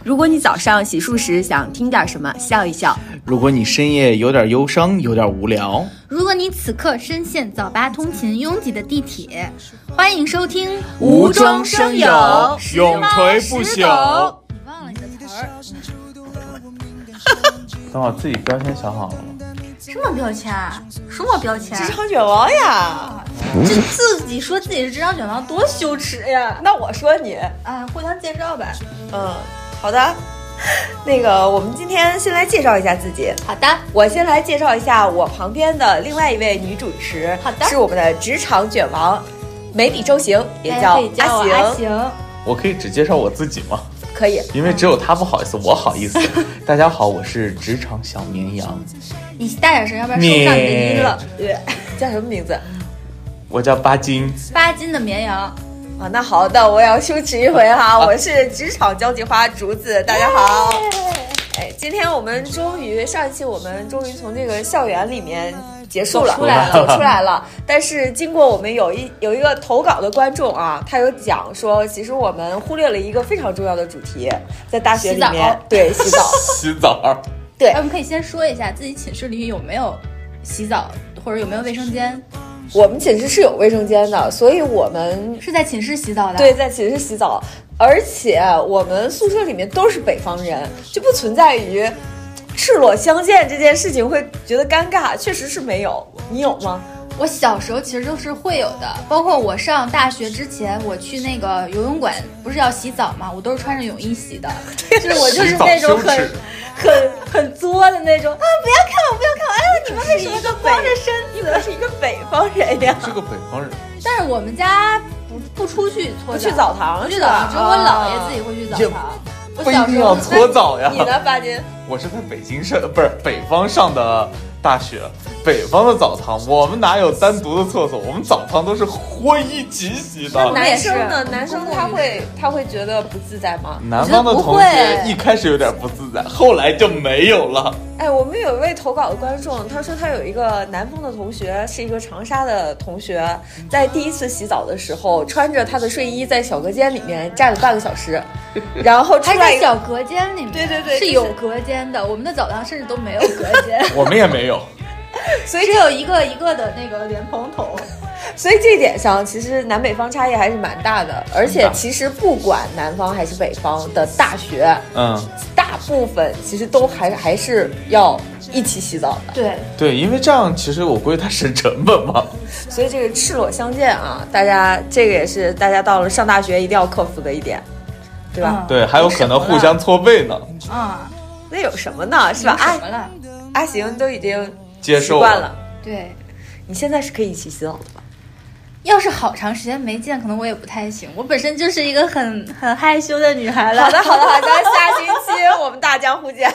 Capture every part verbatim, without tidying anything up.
如果你早上洗漱时想听点什么，笑一笑； 如果你深夜有点忧伤，有点无聊； 如果你此刻深陷早八通勤拥挤的地铁，欢迎收听无中生有， 永垂不朽。 你忘了你的词儿？ 等我自己标签想好了吗？ 什么标签？什么标签？ 职场卷王呀！ 这自己说自己是职场卷王，多羞耻呀！ 那我说你， 啊，互相介绍呗。 嗯，好的。那个，我们今天先来介绍一下自己。 好的， 我先来介绍一下我旁边的另外一位女主持。 好的， 是我们的职场卷王，眉笔周行，也叫可以叫我阿行。 我可以只介绍我自己吗？ 可以， 因为只有他不好意思，我好意思。大家好，我是职场小绵羊。 你大点声，要不然收不上你的音了。 对，叫什么名字？ 我叫巴金。 巴金的绵羊。 啊，那好的，我要羞耻一回哈，我是职场交际花竹子，大家好。哎，今天我们终于上一期我们终于从这个校园里面结束了， 走出来了， 走出来了。但是经过我们有一有一个投稿的观众啊，他有讲说，其实我们忽略了一个非常重要的主题，在大学里面，对，洗澡， 洗澡。 对， 我们可以先说一下自己寝室里有没有洗澡，或者有没有卫生间。 我们寝室是有卫生间的，所以我们是在寝室洗澡的。 对，在寝室洗澡，而且我们宿舍里面都是北方人，就不存在于赤裸相见这件事情会觉得尴尬，确实是没有。你有吗？ 我小时候其实都是会有的，包括我上大学之前，我去那个游泳馆不是要洗澡吗？我都是穿着泳衣洗的，就是我就是那种很很很作的那种啊！不要看我，不要看我！哎呦，你们为什么都光着身子？ 你可是一个北方人呀！ 是个北方人。 但是我们家不不出去搓澡， 不去澡堂， 不去澡堂，只有我姥爷自己会去澡堂。我不一定要搓澡呀。 你呢，巴金？ 我是在北京上，不是北方上的大学。北方的澡堂，我们哪有单独的厕所？我们澡堂都是混一起洗的。 男生呢？男生他会他会觉得不自在吗？ 南方的同学一开始有点不自在，后来就没有了。 哎，我们有一位投稿的观众，他说他有一个南方的同学，是一个长沙的同学，在第一次洗澡的时候，穿着他的睡衣在小隔间里面站了半个小时，然后出来还在小隔间里面， 对对对， 是有隔间的。我们的澡堂甚至都没有隔间， 我们也没有。 所以只有一个一个的那个莲蓬头， 所以这一点上其实南北方差异还是蛮大的。而且其实不管南方还是北方的大学， 嗯， 大部分其实都还还是要一起洗澡的。 对对，因为这样其实我估计它省成本嘛。 所以这个赤裸相见啊，大家这个也是大家到了上大学一定要克服的一点，对吧？ 嗯、 对，还有可能互相搓背呢。 啊、嗯， 那有什么呢？是吧？ 什么了？ 阿阿行都已经接受惯了。 对， 你现在是可以一起洗澡的吧？ 要是好长时间没见，可能我也不太行。我本身就是一个很很害羞的女孩了。 好的，好的，好的，下星期我们大江湖见。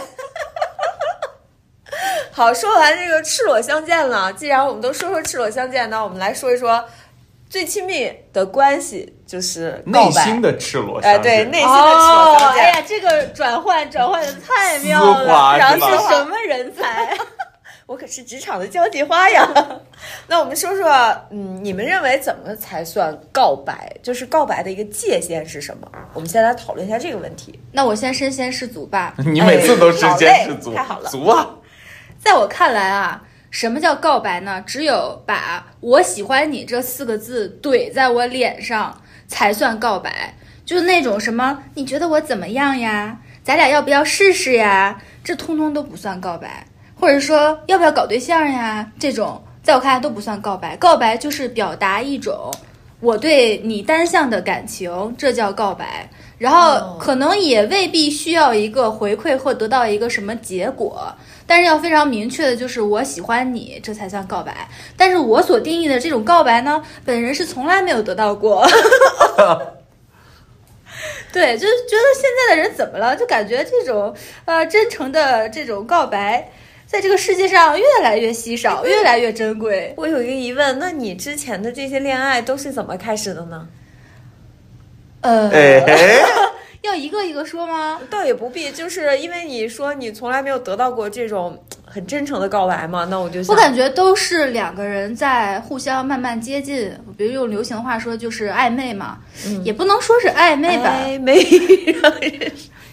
好，说完这个赤裸相见了，既然我们都说说赤裸相见，那我们来说一说最亲密的关系，就是告白。 内心的赤裸相见。 哎，对，内心的赤裸相见。 哦、哎呀，这个转换转换的太妙了，然后是什么人才？ 我可是职场的交际花呀。那我们说说，嗯，你们认为怎么才算告白？就是告白的一个界限是什么？我们先来讨论一下这个问题。 那我先身先士卒吧。 你每次都身先士卒， 太好了， 卒啊！ 在我看来啊，什么叫告白呢？只有把我喜欢你这四个字怼在我脸上才算告白。就是那种什么，你觉得我怎么样呀？咱俩要不要试试呀？这通通都不算告白。或者说要不要搞对象呀？这种在我看来都不算告白。告白就是表达一种我对你单向的感情，这叫告白。然后可能也未必需要一个回馈或得到一个什么结果，但是要非常明确的就是我喜欢你，这才算告白。但是我所定义的这种告白呢，本人是从来没有得到过。对，就是觉得现在的人怎么了，就感觉这种呃真诚的这种告白在这个世界上越来越稀少，越来越珍贵。 我有一个疑问，那你之前的这些恋爱都是怎么开始的呢？ 呃， 哎、 要一个一个说吗？ 倒也不必，就是因为你说你从来没有得到过这种很真诚的告白嘛，那我就想， 我感觉都是两个人在互相慢慢接近，比如用流行话说就是暧昧嘛，嗯、也不能说是暧昧吧， 暧昧让人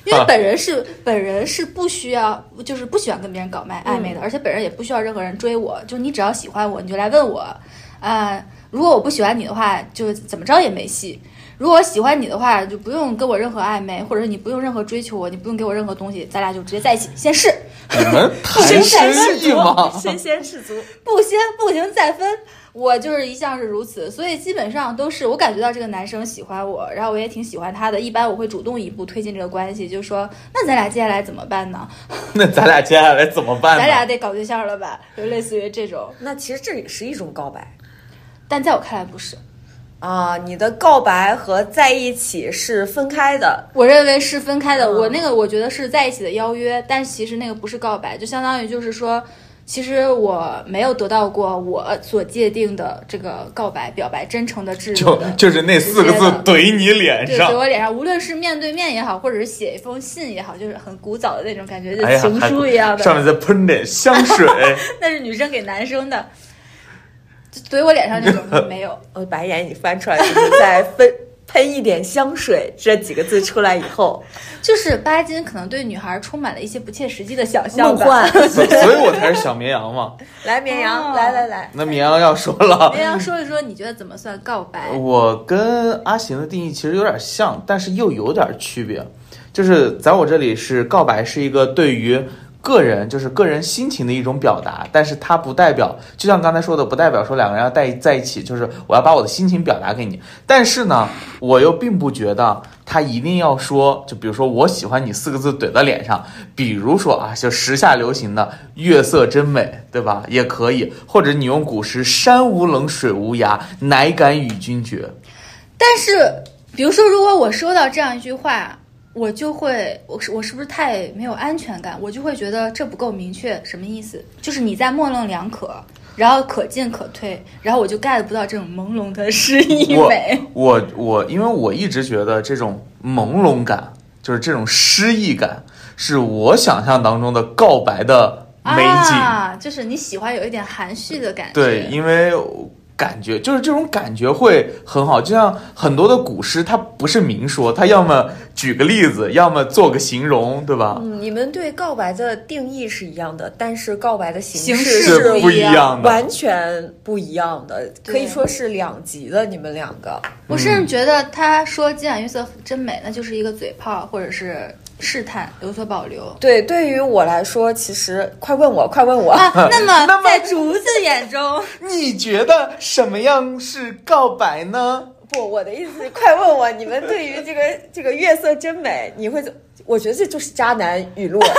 因为本人是本人是不需要，就是不喜欢跟别人搞暧暧昧的， 嗯、 而且本人也不需要任何人追我，就你只要喜欢我，你就来问我，啊、呃，如果我不喜欢你的话，就怎么着也没戏。如果喜欢你的话，就不用跟我任何暧昧，或者是你不用任何追求我，你不用给我任何东西，咱俩就直接在一起，先试。 你们谈生意吗？ 身先士卒， 不先不行再分。我就是一向是如此，所以基本上都是我感觉到这个男生喜欢我，然后我也挺喜欢他的。一般我会主动一步推进这个关系，就说那咱俩接下来怎么办呢？ 那咱俩接下来怎么办呢？ 咱俩得搞对象了吧？就类似于这种。 那其实这也是一种告白， 但在我看来不是。 啊，你的告白和在一起是分开的。 我认为是分开的。 嗯、 我那个我觉得是在一起的邀约，但其实那个不是告白，就相当于就是说，其实我没有得到过我所界定的这个告白、表白、真诚的、炙热的， 就就是那四个字怼你脸上， 对，怼我脸上，无论是面对面也好，或者是写一封信也好，就是很古早的那种感觉，就情书一样的， 哎、上面再喷点香水， 那是女生给男生的。怼我脸上那种没有， 我白眼你翻出来就是在分喷一点香水这几个字出来以后， 就是巴金可能对女孩充满了一些不切实际的想象， 梦幻， 所以我才是小绵羊嘛。 来绵羊，哦、来来来， 那绵羊要说了， 绵羊说一说，你觉得怎么算告白？ 我跟阿行的定义其实有点像，但是又有点区别，就是在我这里是告白是一个对于个人就是个人心情的一种表达，但是它不代表，就像刚才说的，不代表说两个人要在在一起，就是我要把我的心情表达给你。但是呢，我又并不觉得他一定要说，就比如说我喜欢你四个字怼到脸上，比如说啊，就时下流行的月色真美，对吧？也可以，或者你用古诗山无棱水无涯，乃敢与君绝。 但是，比如说，如果我收到这样一句话，我就会，我是我是不是太没有安全感？我就会觉得这不够明确，什么意思？就是你在模棱两可，然后可进可退，然后我就 get 不到这种朦胧的诗意美。 我我我，因为我一直觉得这种朦胧感，就是这种诗意感，是我想象当中的告白的美景。 啊，就是你喜欢有一点含蓄的感觉。 对，因为感觉就是这种感觉会很好，就像很多的古诗，它不是明说，它要么举个例子，要么做个形容，对吧？ 嗯，你们对告白的定义是一样的，但是告白的形式是不一样的， 完全不一样的，可以说是两极的。你们两个， 我甚至觉得他说今晚月色真美，那就是一个嘴炮，或者是试探，有所保留。 对，对于我来说，其实快问我，快问我。 啊、那么在竹子眼中， 你觉得什么样是告白呢？ 不，我的意思是，快问我，你们对于这个这个月色真美，你会怎？我觉得这就是渣男语录。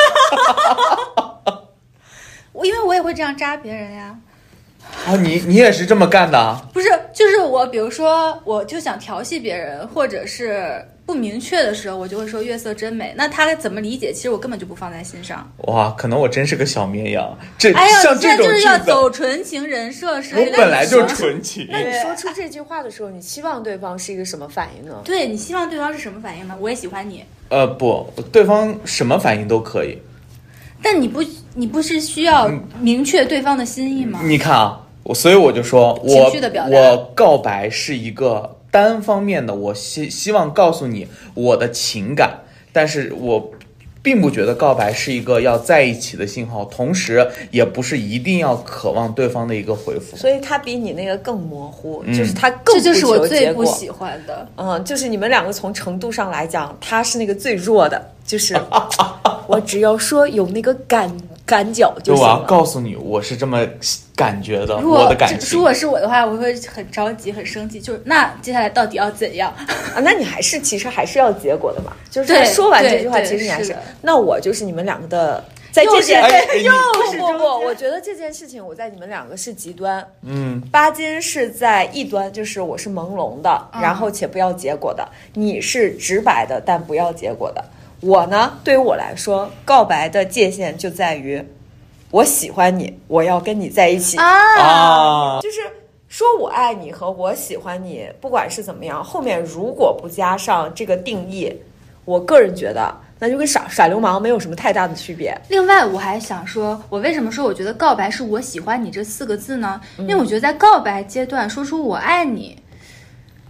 我因为我也会这样渣别人呀。 啊，你你也是这么干的？ 不是，就是我，比如说，我就想调戏别人，或者是不明确的时候，我就会说月色真美。那他怎么理解？其实我根本就不放在心上。 哇，可能我真是个小绵羊。这哎呀， 像这种就是要走纯情人设，是我本来就纯情。 那你说出这句话的时候，你期望对方是一个什么反应呢？ 对，你希望对方是什么反应呢？我也喜欢你。 呃，不，对方什么反应都可以。 但你不，你不是需要明确对方的心意吗？ 你看啊，我所以我就说，我情绪的表达， 我告白是一个单方面的，我希希望告诉你我的情感，但是我并不觉得告白是一个要在一起的信号，同时也不是一定要渴望对方的一个回复。 所以他比你那个更模糊， 嗯、 就是他更不求结果。 这就是我最不喜欢的。 嗯，就是你们两个从程度上来讲，他是那个最弱的，就是我只要说有那个感感觉就行了。 我要告诉你，我是这么感觉的， 如果我的感情。 如果是我的话，我会很着急、很生气。就是那接下来到底要怎样啊？那你还是其实还是要结果的嘛。就是他说完这句话，其实你还是。那我就是你们两个的，在这件又是不不不，我觉得这件事情我在你们两个是极端。 嗯， 巴金是在异端，就是我是朦胧的， 嗯、 然后且不要结果的；你是直白的，但不要结果的。我呢，对于我来说，告白的界限就在于。我喜欢你，我要跟你在一起啊！ 就是说我爱你和我喜欢你，不管是怎么样，后面如果不加上这个定义，我个人觉得那就跟耍耍流氓没有什么太大的区别。 另外，我还想说，我为什么说我觉得告白是我喜欢你这四个字呢？因为我觉得在告白阶段说出我爱你，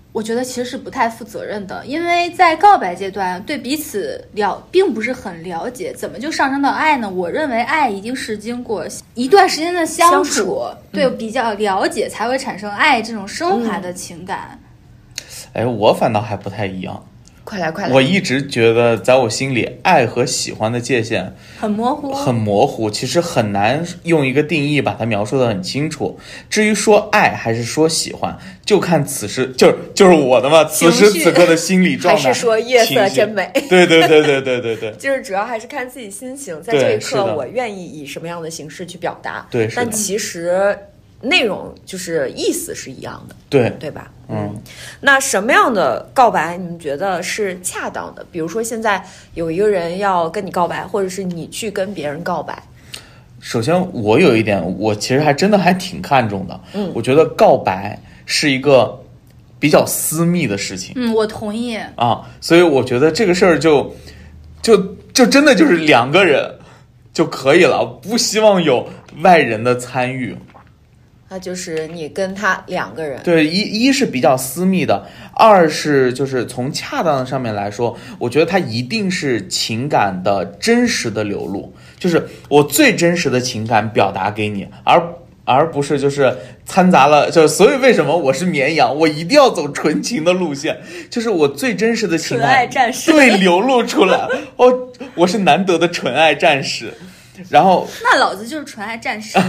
我觉得其实是不太负责任的，因为在告白阶段对彼此了并不是很了解，怎么就上升到爱呢？我认为爱一定是经过一段时间的相处， 相处对、嗯、比较了解才会产生爱这种升华的情感。 哎，我反倒还不太一样。 快来快来！ 我一直觉得，在我心里，爱和喜欢的界限很模糊， 很模糊。其实很难用一个定义把它描述得很清楚。至于说爱还是说喜欢，就看此时就是就是我的嘛，此时此刻的心理状态。 还是说夜色真美？ 对对对对对对对， 就是主要还是看自己心情，在这一刻我愿意以什么样的形式去表达。 对， 但其实内容就是意思是一样的， 对对吧？ 嗯， 那什么样的告白你们觉得是恰当的？比如说现在有一个人要跟你告白，或者是你去跟别人告白。 首先我有一点我其实还真的还挺看重的，嗯，我觉得告白是一个比较私密的事情。 嗯，我同意啊，所以我觉得这个事儿就就就真的就是两个人就可以了，不希望有外人的参与。 那就是你跟他两个人， 对，一一是比较私密的，二是就是从恰当的上面来说，我觉得它一定是情感的真实的流露，就是我最真实的情感表达给你，而而不是就是掺杂了，就所以为什么我是绵羊，我一定要走纯情的路线，就是我最真实的情感纯爱战士对流露出来，哦，我是难得的纯爱战士，然后那老子就是纯爱战士。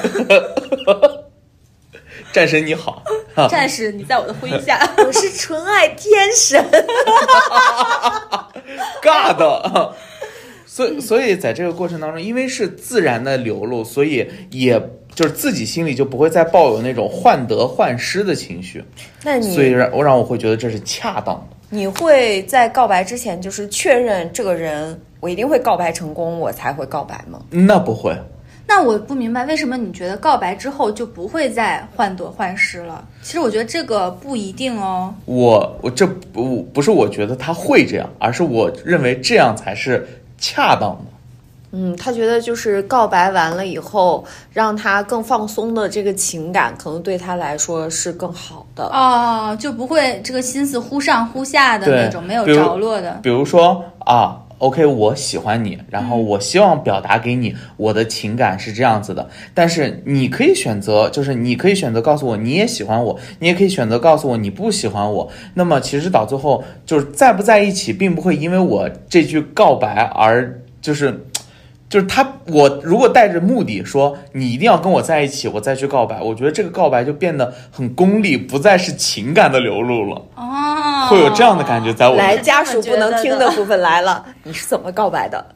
战神你好， 战士你在我的麾下。 我是纯爱天神。 尬的。所以所以在这个过程当中，因为是自然的流露，所以也就是自己心里就不会再抱有那种患得患失的情绪。 那你所以让我让我会觉得这是恰当的。 你会在告白之前就是确认这个人我一定会告白成功我才会告白吗？ 那不会。 那我不明白为什么你觉得告白之后就不会再患得患失了？其实我觉得这个不一定哦。 我我这不不是我觉得他会这样，而是我认为这样才是恰当的。 嗯，他觉得就是告白完了以后，让他更放松的这个情感，可能对他来说是更好的哦，就不会这个心思忽上忽下的那种，没有着落的。 比如说啊。OK， 我喜欢你，然后我希望表达给你我的情感是这样子的，但是你可以选择，就是你可以选择告诉我你也喜欢我，你也可以选择告诉我你不喜欢我。那么其实到最后就是在不在一起，并不会因为我这句告白而就是就是他，我如果带着目的说你一定要跟我在一起，我再去告白，我觉得这个告白就变得很功利，不再是情感的流露了。 哦， 会有这样的感觉在我来，家属不能听的部分来了，你是怎么告白的？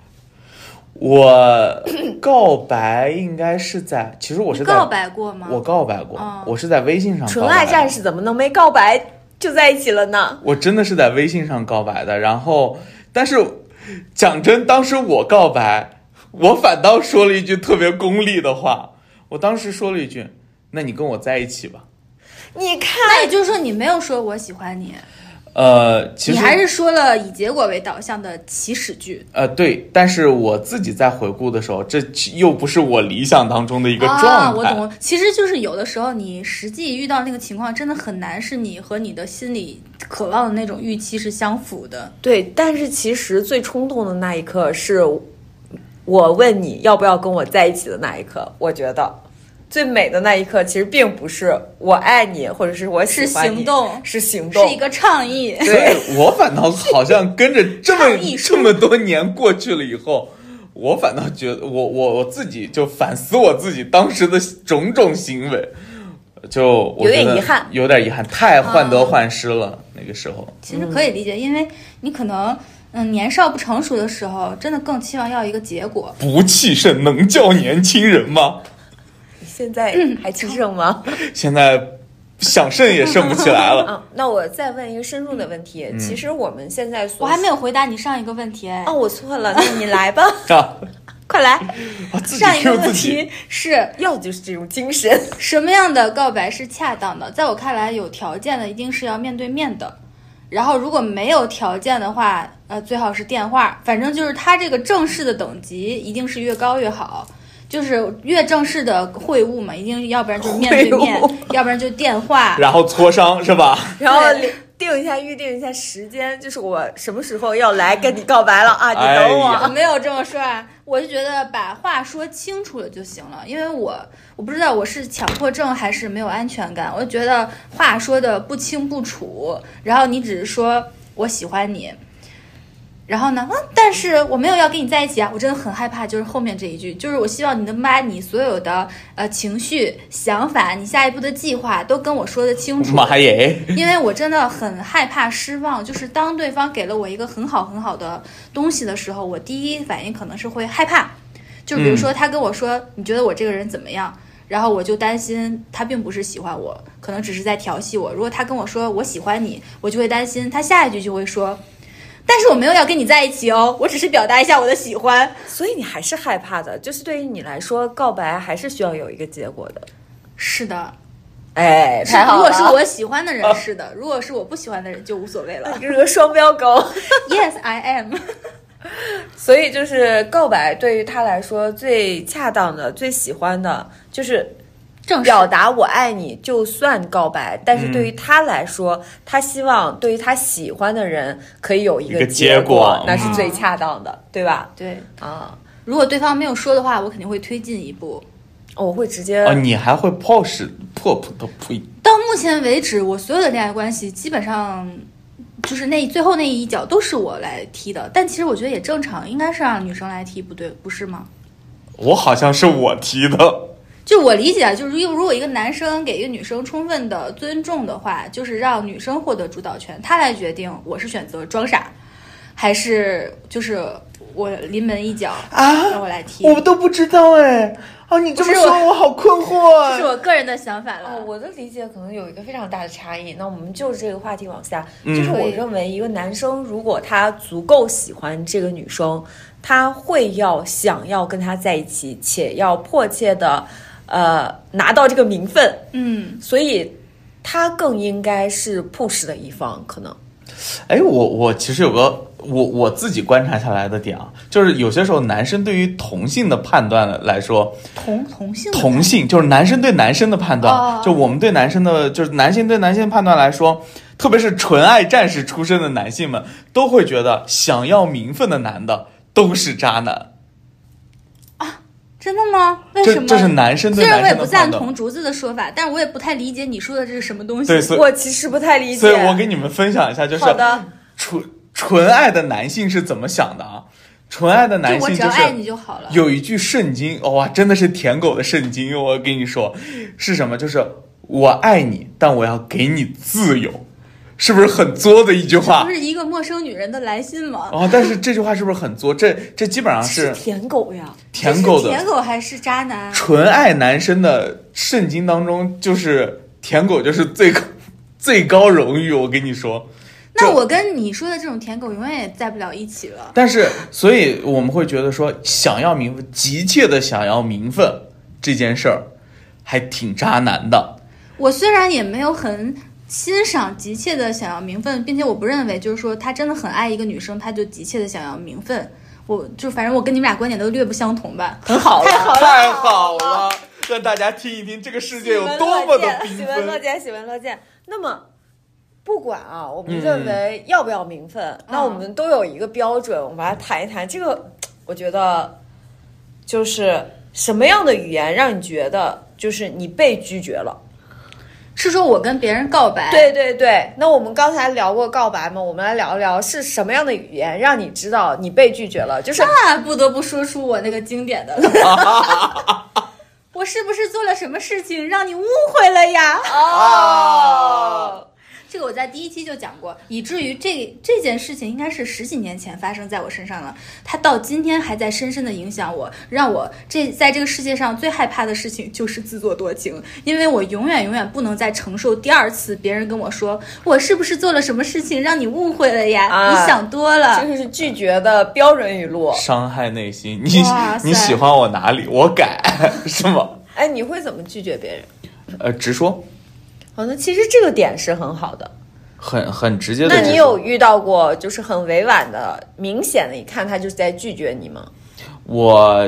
我告白应该是在，其实我是在告白过吗？ 我告白过， 哦、 我是在微信上告白的。 纯爱战士怎么能没告白就在一起了呢？ 我真的是在微信上告白的，然后，但是讲真，当时我告白，我反倒说了一句特别功利的话，我当时说了一句：“那你跟我在一起吧。” 你看， 那也就是说你没有说我喜欢你。 呃，其实你还是说了以结果为导向的起始句。 呃，对，但是我自己在回顾的时候，这又不是我理想当中的一个状态。 啊，我懂，其实就是有的时候你实际遇到那个情况，真的很难是你和你的心里渴望的那种预期是相符的。 对，但是其实最冲动的那一刻是我问你要不要跟我在一起的那一刻，我觉得。最美的那一刻其实并不是我爱你或者是我喜欢你， 是行动， 是行动， 是一个倡议。 对，我反倒好像跟着这么这么多年过去了以后，我反倒觉得我我我自己就反思我自己当时的种种行为，就我有点遗憾， 有点遗憾，太患得患失了、啊、那个时候。 其实可以理解，因为你可能嗯年少不成熟的时候，真的更期望要一个结果。 不气盛能叫年轻人吗？ 现在还气盛吗？ 现在想盛也盛不起来了。 嗯，那我再问一个深入的问题。嗯、其实我们现在所我还没有回答你上一个问题哎。 哦，我错了，那你来吧。 啊， 快来。 啊、自己上一个问题是要的就是这种精神。 什么样的告白是恰当的？在我看来，有条件的一定是要面对面的。然后如果没有条件的话，呃，最好是电话。反正就是他这个正式的等级一定是越高越好。 就是越正式的会晤嘛，一定要不然就是面对面，要不然就电话， 然后磋商是吧？ 然后定一下预定一下时间，就是我什么时候要来跟你告白了啊？你等我。 我没有这么说啊，我就觉得把话说清楚了就行了，因为我我不知道我是强迫症还是没有安全感，我就觉得话说的不清不楚，然后你只是说我喜欢你。然后呢，嗯，但是我没有要跟你在一起啊！我真的很害怕，就是后面这一句，就是我希望你能把你所有的呃情绪、想法，你下一步的计划都跟我说得清楚。 妈耶！ 因为我真的很害怕失望，就是当对方给了我一个很好很好的东西的时候，我第一反应可能是会害怕。就比如说他跟我说、嗯、你觉得我这个人怎么样？然后我就担心他并不是喜欢我，可能只是在调戏我。如果他跟我说我喜欢你，我就会担心他下一句就会说。但是我没有要跟你在一起哦，我只是表达一下我的喜欢。 所以你还是害怕的，就是对于你来说，告白还是需要有一个结果的。 是的， 哎，太好了。 如果是我喜欢的人是的、啊、如果是我不喜欢的人就无所谓了。 这是个双标狗。 Yes, I am 。 所以就是告白对于他来说最恰当的、最喜欢的，就是表达我爱你就算告白，但是对于他来说、嗯、他希望对于他喜欢的人可以有一个结果， 结果那是最恰当的、嗯、对吧？ 对啊， 如果对方没有说的话，我肯定会推进一步、 哦、我会直接、 哦、你还会 push 破破的呸。 到目前为止我所有的恋爱关系基本上就是那最后那一脚都是我来踢的，但其实我觉得也正常，应该是让女生来踢，不对，不是吗？ 我好像是我踢的。 就我理解，就是如果一个男生给一个女生充分的尊重的话，就是让女生获得主导权，他来决定我是选择装傻，还是就是我临门一脚啊让我来踢。 我都不知道哎，哦，你这么说 我, 我好困惑啊。 这是我个人的想法了、 哦。我的理解可能有一个非常大的差异。那我们就这个话题往下，嗯、就是我认为一个男生如果他足够喜欢这个女生，他会要想要跟她在一起，且要迫切的。呃，拿到这个名分， 嗯， 所以他更应该是 push 的一方，可能。 哎，我我其实有个我我自己观察下来的点啊，就是有些时候男生对于同性的判断来说， 同同性同性就是男生对男生的判断，哦、就我们对男生的，就是男性对男性的判断来说，特别是纯爱战士出身的男性们，都会觉得想要名分的男的都是渣男。 真的吗？为什么？ 这, 这是男生对男生的判断。虽然我也不赞同竹子的说法，但是我也不太理解你说的这是什么东西。 对， 我其实不太理解。 所以我给你们分享一下，就是好的， 纯纯爱的男性是怎么想的啊？纯爱的男性就是我只要爱你就好了。 有一句圣经，哇、哦，真的是舔狗的圣经，我跟你说是什么？就是我爱你，但我要给你自由。是不是很作的一句话？ 这不是一个陌生女人的来信吗？ 哦，但是这句话是不是很作？这这基本上是舔狗呀， 舔狗的舔狗还是渣男？ 纯爱男生的圣经当中，就是舔狗就是最高最高荣誉。我跟你说， 那我跟你说的这种舔狗永远也在不了一起了。 但是，所以我们会觉得说，想要名分，急切的想要名分这件事儿，还挺渣男的。 我虽然也没有很。欣赏急切的想要名分，并且我不认为就是说他真的很爱一个女生，他就急切的想要名分。我就反正我跟你们俩观点都略不相同吧。 很好了， 太好了， 太好了，让大家听一听这个世界有多么的缤纷。 喜闻乐见，喜闻乐见。那么不管啊，我们认为要不要名分，嗯、那我们都有一个标准，我们把它谈一谈。这个我觉得就是什么样的语言让你觉得就是你被拒绝了？ 是说我跟别人告白？ 对对对，那我们刚才聊过告白嘛，我们来聊一聊是什么样的语言让你知道你被拒绝了。就是那不得不说出我那个经典的了。我是不是做了什么事情让你误会了呀？ 哦， 这个我在第一期就讲过，以至于这这件事情应该是十几年前发生在我身上了，它到今天还在深深的影响我，让我这在这个世界上最害怕的事情就是自作多情，因为我永远永远不能再承受第二次别人跟我说我是不是做了什么事情让你误会了呀、啊、你想多了。 这个是拒绝的标准语录， 伤害内心。你你喜欢我哪里我改是吗？ 哎，你会怎么拒绝别人？ 呃，直说。 好，那其实这个点是很好的， 很很直接的。 那你有遇到过就是很委婉的、明显的，一看他就是在拒绝你吗？ 我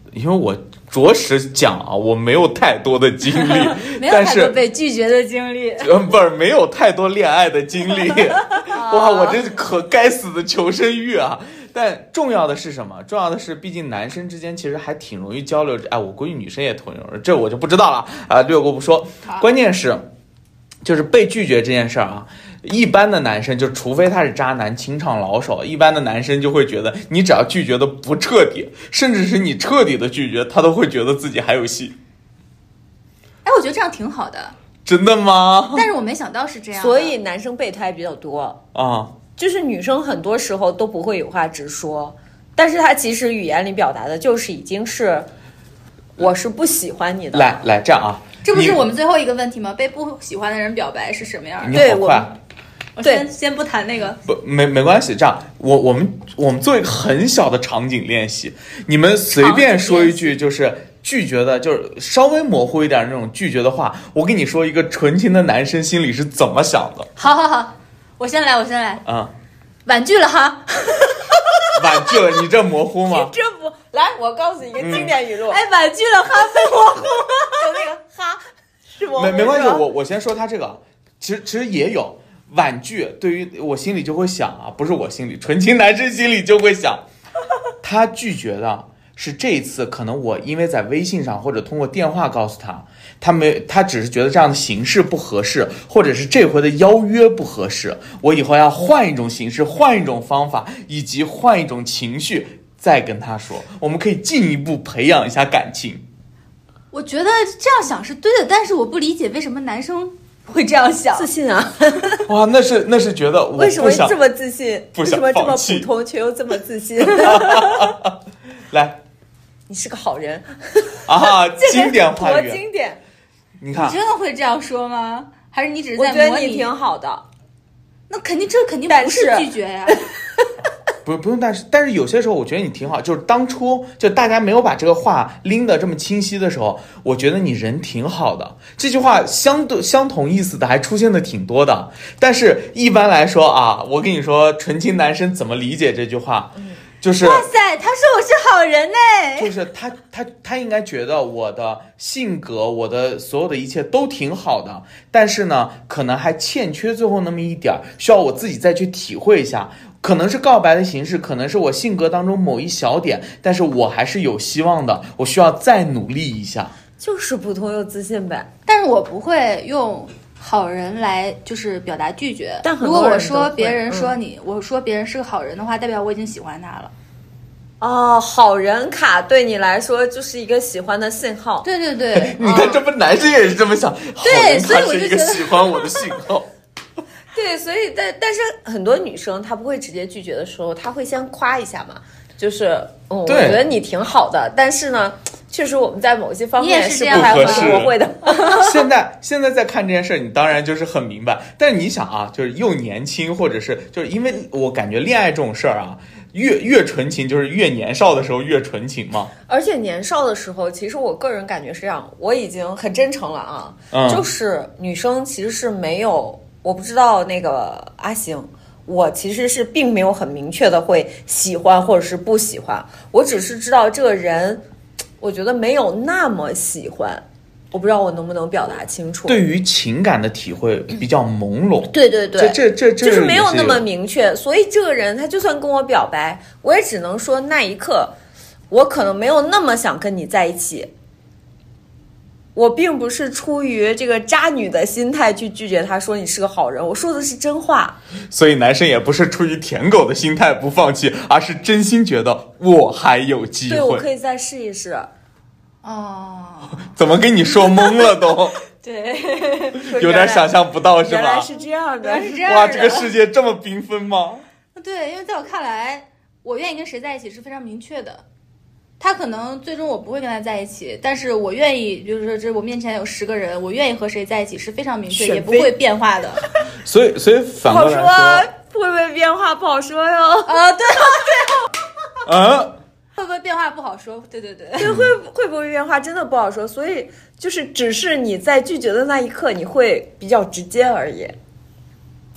因为我着实讲啊，我没有太多的经历， 没有太多被拒绝的经历， 嗯，不是没有太多恋爱的经历。哇，我这可该死的求生欲啊！但重要的是什么？重要的是，毕竟男生之间其实还挺容易交流。哎，我估计女生也挺容易，这我就不知道了啊，略过不说。关键是，就是被拒绝这件事儿啊。一般的男生就除非他是渣男情场老手，一般的男生就会觉得你只要拒绝的不彻底，甚至是你彻底的拒绝，他都会觉得自己还有戏。 哎，我觉得这样挺好的。 真的吗？ 但是我没想到是这样， 所以男生备胎比较多啊， 就是女生很多时候都不会有话直说，但是他其实语言里表达的就是已经是我是不喜欢你的。 来来，这样啊， 这不是我们最后一个问题吗？被不喜欢的人表白是什么样的？ 你好快。 我先先不谈那个， 不没没关系，这样我我们我们做一个很小的场景练习，你们随便说一句就是拒绝的，就是稍微模糊一点那种拒绝的话，我跟你说一个纯情的男生心里是怎么想的。 好好好，我先来，我先来啊、嗯， 婉拒了哈， 婉拒了，你这模糊吗？ 这不来，我告诉你一个经典语录， 嗯、哎，婉拒了哈被模糊了， 就那个哈是模糊， 没没关系，我我先说他这个，其实其实也有。婉拒对于我心里就会想啊，不是我心里，纯情男生心里就会想，他拒绝的是这一次可能我因为在微信上或者通过电话告诉他，他没他只是觉得这样的形式不合适，或者是这回的邀约不合适，我以后要换一种形式，换一种方法，以及换一种情绪再跟他说，我们可以进一步培养一下感情。 我觉得这样想是对的，但是我不理解为什么男生会这样想， 自信啊！ 哇，那是那是觉得我为什么这么自信？为什么这么普通却又这么自信？ 来， 你是个好人啊！经典话语， 多经典！ 你看， 你真的会这样说吗？还是你只是在模拟？ 我觉得你挺好的， 那肯定这肯定不是拒绝呀。 不不用，但是但是有些时候我觉得你挺好，就是当初就大家没有把这个话拎得这么清晰的时候，我觉得你人挺好的。这句话相对相同意思的还出现的挺多的，但是一般来说啊，我跟你说，纯情男生怎么理解这句话？就是哇塞，他说我是好人呢， 就是他他他应该觉得我的性格，我的所有的一切都挺好的，但是呢，可能还欠缺最后那么一点，需要我自己再去体会一下。可能是告白的形式，可能是我性格当中某一小点，但是我还是有希望的，我需要再努力一下。 就是普通又自信呗。 但是我不会用好人来就是表达拒绝。 但如果我说别人说你、嗯，我说别人是个好人的话，代表我已经喜欢他了。 哦，好人卡对你来说就是一个喜欢的信号。 对对对， 你看这不男生也是这么想，好人卡是一个喜欢我的信号。 对，所以但但是很多女生她不会直接拒绝的时候，她会先夸一下嘛，就是嗯，我觉得你挺好的，但是呢，确实我们在某些方面是不太合适，我会的。 现在现在在看这件事，你当然就是很明白，但是你想啊，就是又年轻，或者是就是因为我感觉恋爱这种事儿啊，越越纯情，就是越年少的时候越纯情嘛。 而且年少的时候，其实我个人感觉是这样，我已经很真诚了啊，嗯、就是女生其实是没有。我不知道那个阿行，我其实是并没有很明确的会喜欢或者是不喜欢，我只是知道这个人，我觉得没有那么喜欢，我不知道我能不能表达清楚。 对于情感的体会比较朦胧， 对对对， 这这这就是没有那么明确，所以这个人他就算跟我表白，我也只能说那一刻，我可能没有那么想跟你在一起。我并不是出于这个渣女的心态去拒绝他，说你是个好人，我说的是真话。 所以男生也不是出于舔狗的心态不放弃，而是真心觉得我还有机会， 对，我可以再试一试。 哦， 怎么给你说懵了都？ 对， 有点想象不到是吧？ 原来是这样的， 是这样的。 哇，这个世界这么缤纷吗？ 对，因为在我看来，我愿意跟谁在一起是非常明确的。他可能最终我不会跟他在一起，但是我愿意，就是说这我面前有十个人，我愿意和谁在一起是非常明确，也不会变化的。 所以，所以反过来说， 说会不会变化不好说哟。 啊，对哦，对哦。嗯。 会不会变化不好说？对对对， 对，会会不会变化真的不好说，所以就是只是你在拒绝的那一刻，你会比较直接而已。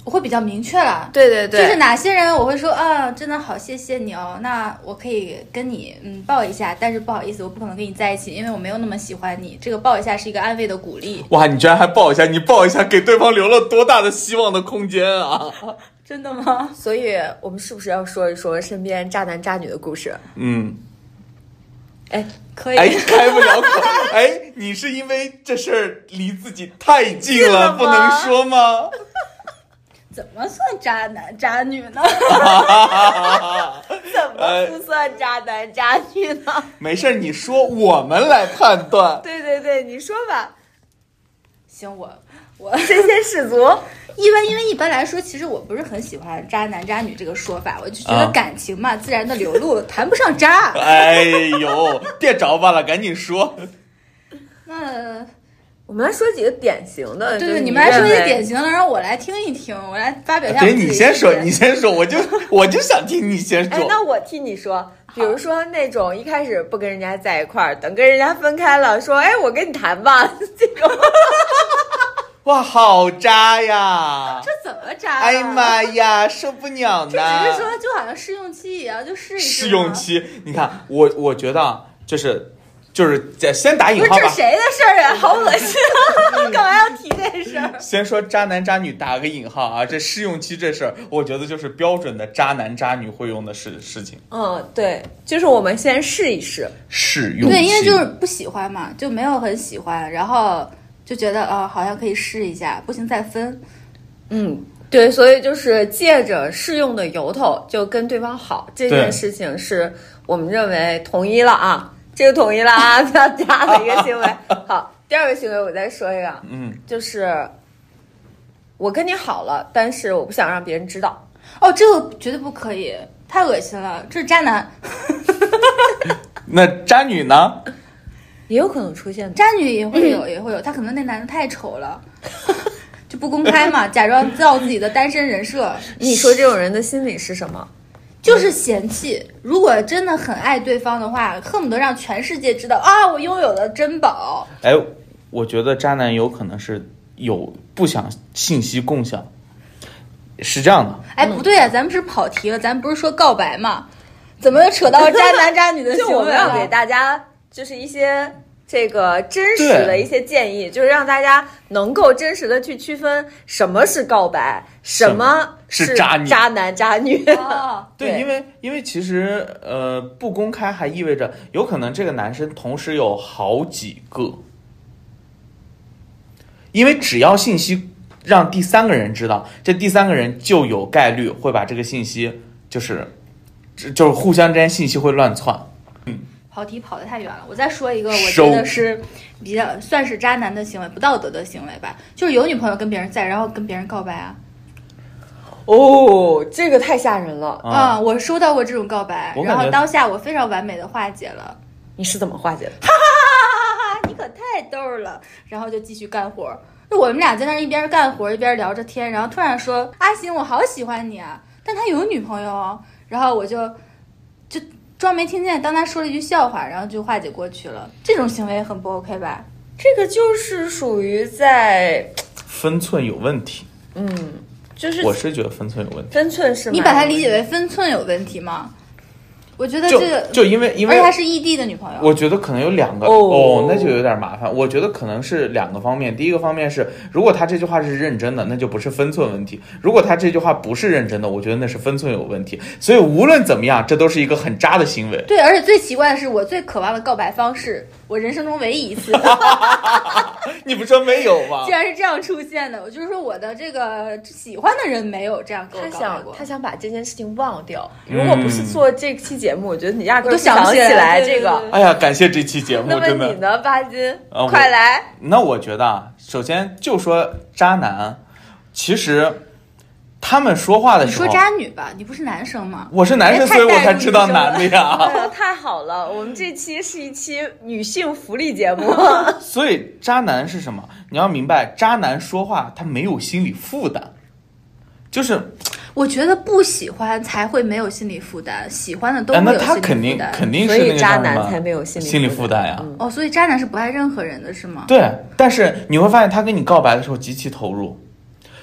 我会比较明确了。 对对对， 就是哪些人我会说啊，真的好谢谢你哦，那我可以跟你嗯抱一下，但是不好意思，我不可能跟你在一起，因为我没有那么喜欢你。这个抱一下是一个安慰的鼓励。 哇，你居然还抱一下，你抱一下给对方留了多大的希望的空间啊！ 真的吗？ 所以我们是不是要说一说身边渣男渣女的故事？ 嗯。 哎，可以。 哎，开不了口。哎，你是因为这事儿离自己太近了， 了不能说吗？ 怎么算渣男渣女呢？ 怎么不算渣男渣女呢？ 没事，你说，我们来判断。 对对对，你说吧。 行，我我身先士卒。 一般因为一般来说，其实我不是很喜欢渣男渣女这个说法，我就觉得感情嘛，啊、自然的流露，谈不上渣。 哎呦，别着吧了，赶紧说。 那我们来说几个典型的， 对对， 你们来说一个典型的，让我来听一听，我来发表一下。 对，你先说，你先说，我就我就想听你先说。 哎，那我替你说，比如说那种一开始不跟人家在一块儿，等跟人家分开了，说哎，我跟你谈吧，这种。 哇，好渣呀！ 这怎么渣、啊？ 哎呀妈呀，受不了呢！ 这只是说，就好像试用期一样，就试一试。 试用期，你看，我我觉得就是就是先打引号吧。 不是，这谁的事儿啊？好恶心啊！干嘛要提这事儿？ 先说渣男渣女打个引号啊，这试用期这事儿，我觉得就是标准的渣男渣女会用的事事情。 嗯，对，就是我们先试一试。 试用期。 对，因为就是不喜欢嘛，就没有很喜欢，然后。就觉得啊、哦，好像可以试一下，不行再分。 嗯，对，所以就是借着试用的由头就跟对方好，这件事情是我们认为统一了啊，这个统一了啊，比较渣的一个行为。好，第二个行为我再说一个， 嗯， 就是我跟你好了，但是我不想让别人知道。 哦，这个绝对不可以，太恶心了，这是渣男。 那渣女呢？ 也有可能出现， 渣女也会有，也会有。他可能那男的太丑了，就不公开嘛，假装造自己的单身人设。 你说这种人的心理是什么？ 就是嫌弃。如果真的很爱对方的话，恨不得让全世界知道啊，我拥有了珍宝。 哎，我觉得渣男有可能是有不想信息共享，是这样的。 哎，不对啊，咱们是跑题了，咱们不是说告白嘛？怎么又扯到渣男渣女的行为了？ 就我们要给大家。就是一些这个真实的一些建议，就是让大家能够真实的去区分什么是告白，什么是渣女、 渣男、渣女。 哦、 对，因为因为其实呃不公开还意味着有可能这个男生同时有好几个，因为只要信息让第三个人知道，这第三个人就有概率会把这个信息就是就是互相之间信息会乱窜。嗯。 跑题跑得太远了，我再说一个，我觉得是比较算是渣男的行为，不道德的行为吧，就是有女朋友跟别人在，然后跟别人告白啊。 哦，这个太吓人了啊、嗯！我收到过这种告白，然后当下我非常完美的化解了。 你是怎么化解的？ 哈哈哈哈哈哈！你可太逗了，然后就继续干活。就我们俩在那一边干活一边聊着天，然后突然说：“阿行，我好喜欢你啊！”但他有女朋友哦，然后我就就。装没听见，当他说了一句笑话，然后就化解过去了。这种行为很不 OK 吧？ 这个就是属于在分寸有问题。 嗯，就是我是觉得分寸有问题。 分寸是你把它理解为分寸有问题吗？我觉得这个就就因为因为而且他是异地的女朋友， 我觉得可能有两个哦, 哦，那就有点麻烦。我觉得可能是两个方面。第一个方面是，如果他这句话是认真的，那就不是分寸问题；如果他这句话不是认真的，我觉得那是分寸有问题。所以无论怎么样，这都是一个很渣的行为。 对，而且最奇怪的是，我最渴望的告白方式，我人生中唯一一次。 你不说没有吗？ 竟然是这样出现的，我就是说我的这个喜欢的人没有这样跟我告白过。 他想他想把这件事情忘掉。如果不是做这期节目，我觉得你压根都想不起来这个。 哎呀，感谢这期节目， 那么真的。 你呢，巴金？ 啊、 快来。 那我觉得啊，首先就说渣男，其实他们说话的时候， 你说渣女吧，你不是男生吗？ 我是男生，所以我才知道男的呀。 哎呀，太好了，我们这期是一期女性福利节目。 所以渣男是什么？你要明白，渣男说话他没有心理负担，就是。 我觉得不喜欢才会没有心理负担，喜欢的都会有心理负担。 那他肯定肯定是所以渣男才没有心理心理负担呀。 哦，所以渣男是不爱任何人的是吗？ 对，但是你会发现他跟你告白的时候极其投入，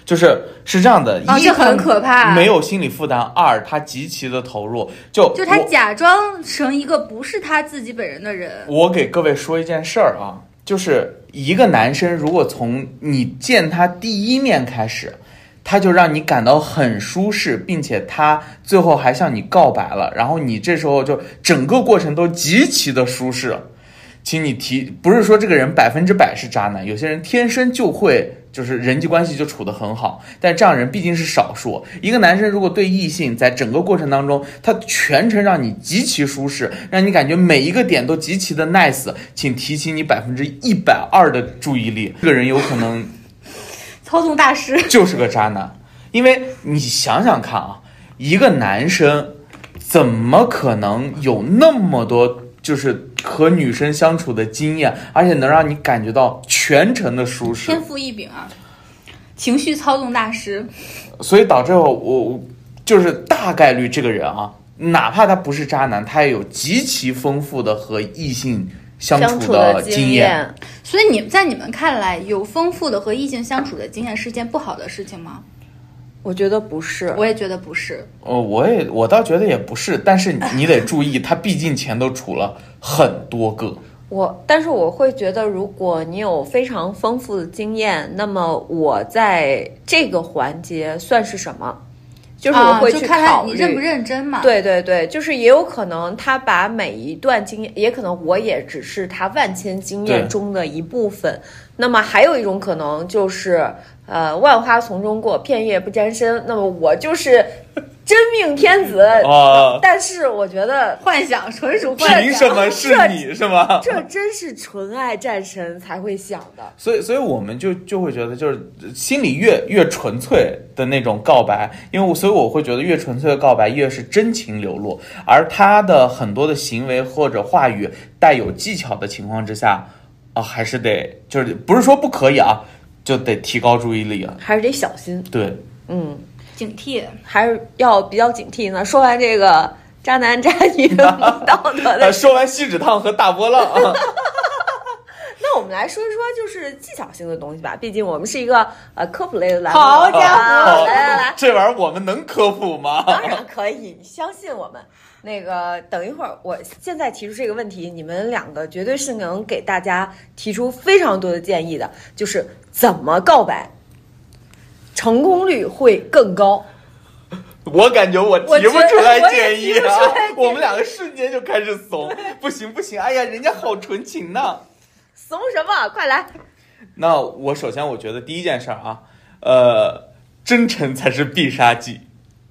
就是是这样的， 哦、 一这很可怕， 没有心理负担；二他极其的投入，就就他假装成一个不是他自己本人的人。 我给各位说一件事儿啊，就是一个男生如果从你见他第一面开始，他就让你感到很舒适，并且他最后还向你告白了，然后你这时候就整个过程都极其的舒适，请你提，不是说这个人百分之百是渣男，有些人天生就会就是人际关系就处得很好，但这样人毕竟是少数。一个男生如果对异性在整个过程当中，他全程让你极其舒适，让你感觉每一个点都极其的 nice， 请提起你百分之一百二的注意力，这个人有可能操纵大师就是个渣男。因为你想想看啊，一个男生怎么可能有那么多就是和女生相处的经验，而且能让你感觉到全程的舒适？ 天赋异禀啊，情绪操纵大师。 所以导致我我就是大概率这个人啊，哪怕他不是渣男，他也有极其丰富的和异性相处的经验。 所以你在你们看来，有丰富的和异性相处的经验是件不好的事情吗？ 我觉得不是， 我也觉得不是。 哦，我也我倒觉得也不是，但是你得注意，他毕竟前头处了很多个。 我，但是我会觉得，如果你有非常丰富的经验，那么我在这个环节算是什么？就是我会去考虑、 啊、就看你认不认真嘛。 对对对，就是也有可能他把每一段经验，也可能我也只是他万千经验中的一部分。那么还有一种可能就是，呃，万花丛中过，片叶不沾身。那么我就是真命天子啊！ 但是我觉得幻想纯属幻想， 凭什么是你是吗？ 这真是纯爱战神才会想的。 所以，所以我们就就会觉得，就是心里越越纯粹的那种告白，因为我所以我会觉得越纯粹的告白越是真情流露，而他的很多的行为或者话语带有技巧的情况之下。啊，还是得就是不是说不可以啊，就得提高注意力啊， 还是得小心。 对， 嗯， 警惕， 还是要比较警惕呢。说完这个渣男渣女不道德的， 说完锡纸烫和大波浪啊， 那我们来说一说就是技巧性的东西吧。毕竟我们是一个呃科普类的栏目。 好家伙， 来来来， 这玩意儿我们能科普吗？ 当然可以，你相信我们。那个等一会儿，我现在提出这个问题，你们两个绝对是能给大家提出非常多的建议的，就是怎么告白，成功率会更高。 我感觉我提不出来建议啊， 我, 我们两个瞬间就开始怂，不行不行，哎呀，人家好纯情呢， 怂什么？快来！ 那我首先我觉得第一件事啊，呃，真诚才是必杀技。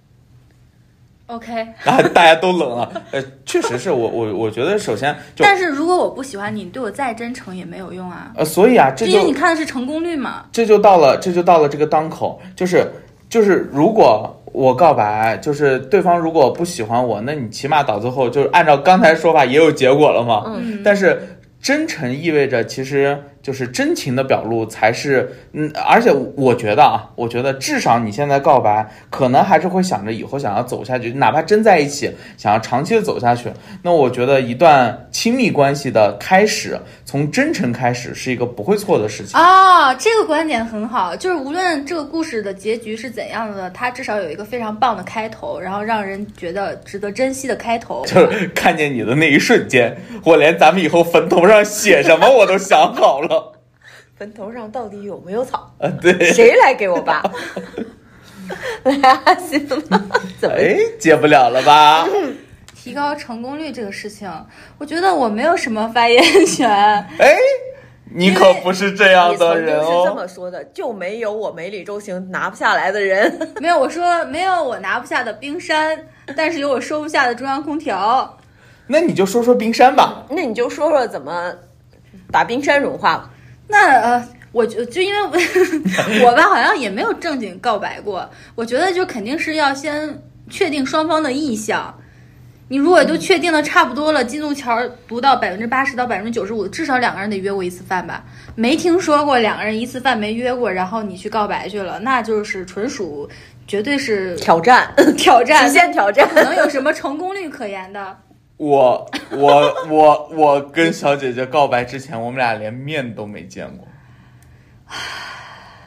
OK， 啊，大家都冷了。呃，确实是我我我觉得首先就， 但是如果我不喜欢你，你对我再真诚也没有用啊。 呃，所以啊，这就因为你看的是成功率嘛。 这就到了，这就到了这个当口，就是就是，如果我告白，就是对方如果不喜欢我，那你起码到最后就是按照刚才说法也有结果了嘛。 嗯， 但是真诚意味着其实。就是真情的表露才是，嗯，而且我觉得啊，我觉得至少你现在告白，可能还是会想着以后想要走下去，哪怕真在一起，想要长期的走下去。那我觉得一段亲密关系的开始，从真诚开始是一个不会错的事情啊。这个观点很好，就是无论这个故事的结局是怎样的，它至少有一个非常棒的开头，然后让人觉得值得珍惜的开头。 就是看见你的那一瞬间，我连咱们以后坟头上写什么我都想好了。 坟头上到底有没有草？ 啊，对， 谁来给我拔？来啊，行吗？怎么？ 哎，接不了了吧？ 提高成功率这个事情，我觉得我没有什么发言权。 哎，你可不是这样的人哦。 你曾经是这么说的，就没有我梅里周行拿不下来的人。 没有，我说没有我拿不下的冰山，但是有我收不下的中央空调。 那你就说说冰山吧。 那你就说说怎么把冰山融化了。 那呃，我就就因为我我吧，好像也没有正经告白过。我觉得就肯定是要先确定双方的意向。你如果都确定的差不多了，进度条读到百分之八十到百分之九十五，至少两个人得约过一次饭吧？没听说过两个人一次饭没约过，然后你去告白去了，那就是纯属绝对是挑战， 挑战， 极限挑战， 可能有什么成功率可言的？ 我我我我跟小姐姐告白之前，我们俩连面都没见过。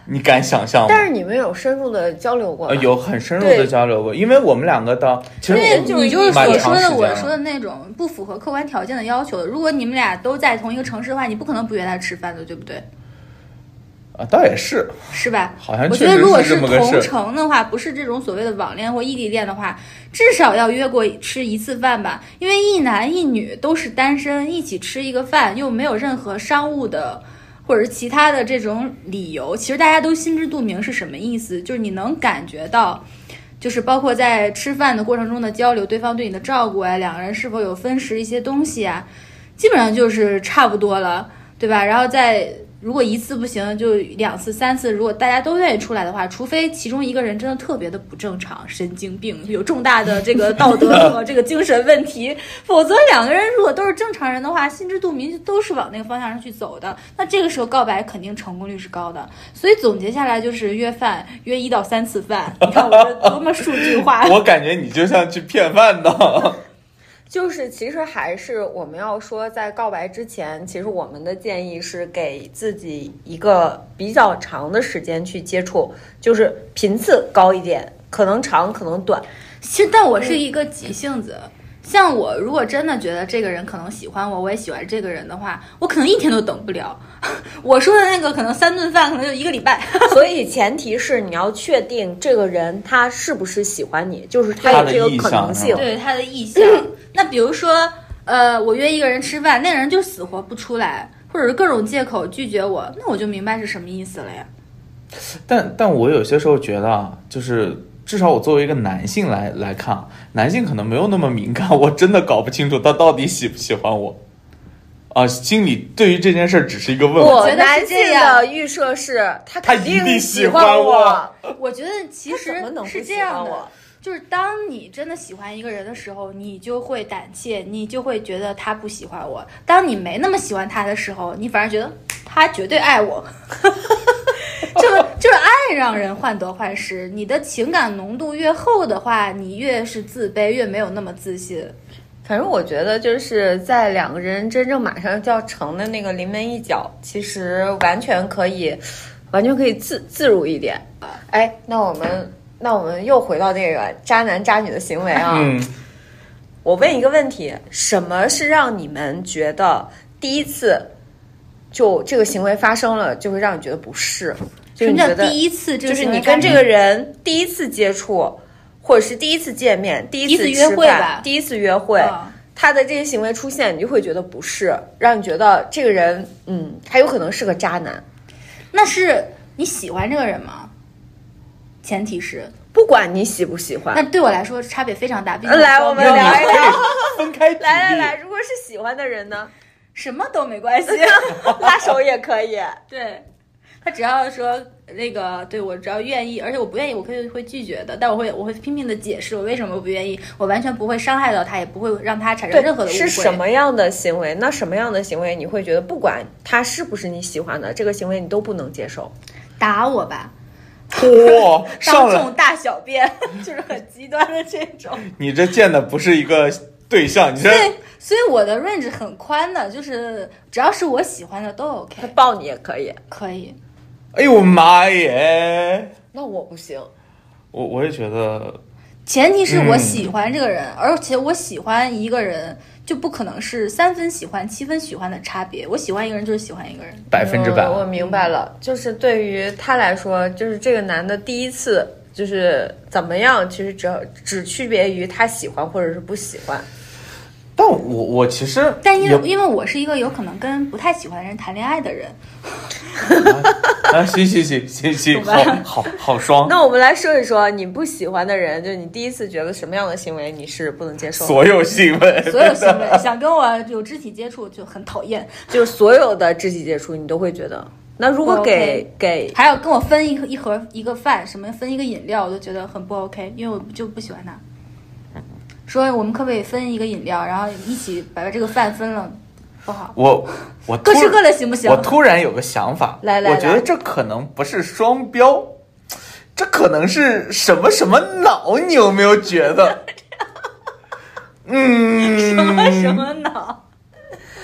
你敢想象吗？ 但是你们有深入的交流过吗？ 呃，有很深入的交流过，因为我们两个的，其实因为我你就是所说的我了说的那种不符合客观条件的要求。如果你们俩都在同一个城市的话，你不可能不约他吃饭的，对不对？ 啊，倒也是， 是吧？ 好像我觉得如果是是同城的话，不是这种所谓的网恋或异地恋的话，至少要约过吃一次饭吧。因为一男一女都是单身，一起吃一个饭，又没有任何商务的或者是其他的这种理由，其实大家都心知肚明是什么意思，就是你能感觉到。就是包括在吃饭的过程中的交流，对方对你的照顾啊，两个人是否有分食一些东西啊，基本上就是差不多了，对吧？然后在如果一次不行，就两次、三次，如果大家都愿意出来的话，除非其中一个人真的特别的不正常、神经病，有重大的这个道德和这个精神问题，否则两个人如果都是正常人的话，心知肚明都是往那个方向上去走的，那这个时候告白肯定成功率是高的。所以总结下来就是约饭，约一到三次饭。你看我这多么数据化！ 我感觉你就像去骗饭的。 就是其实还是我们要说，在告白之前，其实我们的建议是给自己一个比较长的时间去接触，就是频次高一点，可能长可能短。 其实但我是一个急性子，像我如果真的觉得这个人可能喜欢我，我也喜欢这个人的话，我可能一天都等不了。我说的那个可能三顿饭可能就一个礼拜。 所以前提是你要确定这个人他是不是喜欢你，就是他有这个可能性， 对他的意向。那比如说呃，我约一个人吃饭，那个人就死活不出来，或者是各种借口拒绝我，那我就明白是什么意思了呀。 但但我有些时候觉得啊，就是至少我作为一个男性来来看，男性可能没有那么敏感，我真的搞不清楚他到底喜不喜欢我啊，心里对于这件事只是一个问号。 我男性的预设是他肯定喜欢我。 我觉得其实是这样的，就是当你真的喜欢一个人的时候，你就会胆怯，你就会觉得他不喜欢我。当你没那么喜欢他的时候，你反而觉得他绝对爱我。这个就是爱让人患得患失，你的情感浓度越厚的话，你越是自卑，越没有那么自信。 反正我觉得就是在两个人真正马上就要成的那个临门一脚，其实完全可以完全可以自自如一点。哎，那我们那我们又回到那个渣男渣女的行为啊。 嗯， 我问一个问题，什么是让你们觉得第一次就这个行为发生了，就会让你觉得不适？ 什么叫第一次？ 就是你跟这个人第一次接触，或者是第一次见面，第一次约会吧， 第一次约会， 嗯、 他的这些行为出现，你就会觉得不适，让你觉得这个人，嗯，还有可能是个渣男。 那是你喜欢这个人吗？前提是不管你喜不喜欢， 那对我来说差别非常大。 来，我们聊一聊， 分开。 来来来，如果是喜欢的人呢， 什么都没关系， 拉手也可以。 对。他只要说那个对我只要愿意，而且我不愿意我可以会拒绝的，但我会我会拼命的解释我为什么不愿意，我完全不会伤害到他，也不会让他产生任何的误会。 是什么样的行为？那什么样的行为你会觉得不管他是不是你喜欢的，这个行为你都不能接受？ 打我吧， 哇， 当众大小便，就是很极端的这种。 你这见的不是一个对象，你这。 对，所以我的 range 很宽的，就是只要是我喜欢的都 OK。 他抱你也可以， 可以。 哎呦妈耶！ 那我不行， 我我也觉得， 前提是我喜欢这个人，嗯、而且我喜欢一个人就不可能是三分喜欢七分喜欢的差别。我喜欢一个人就是喜欢一个人， 百分之百。 我明白了，就是对于他来说，就是这个男的第一次就是怎么样，其实只只区别于他喜欢或者是不喜欢。 但我我其实， 但因为因为我是一个有可能跟不太喜欢的人谈恋爱的人。 啊，行行行行行，好好好双。 那我们来说一说你不喜欢的人，就是你第一次觉得什么样的行为你是不能接受的？ 所有行为， 所有行为，想跟我有肢体接触就很讨厌， 就是所有的肢体接触你都会觉得。那如果给、okay. 给还要跟我分一一盒一个饭，什么分一个饮料，我就觉得很不 OK， 因为我就不喜欢他。说我们可不可以分一个饮料，然后一起把这个饭分了，不好。 我我各吃各的行不行？ 我突然有个想法， 来来来， 我觉得这可能不是双标，这可能是什么什么脑，你有没有觉得？嗯， 什么什么脑？ 嗯，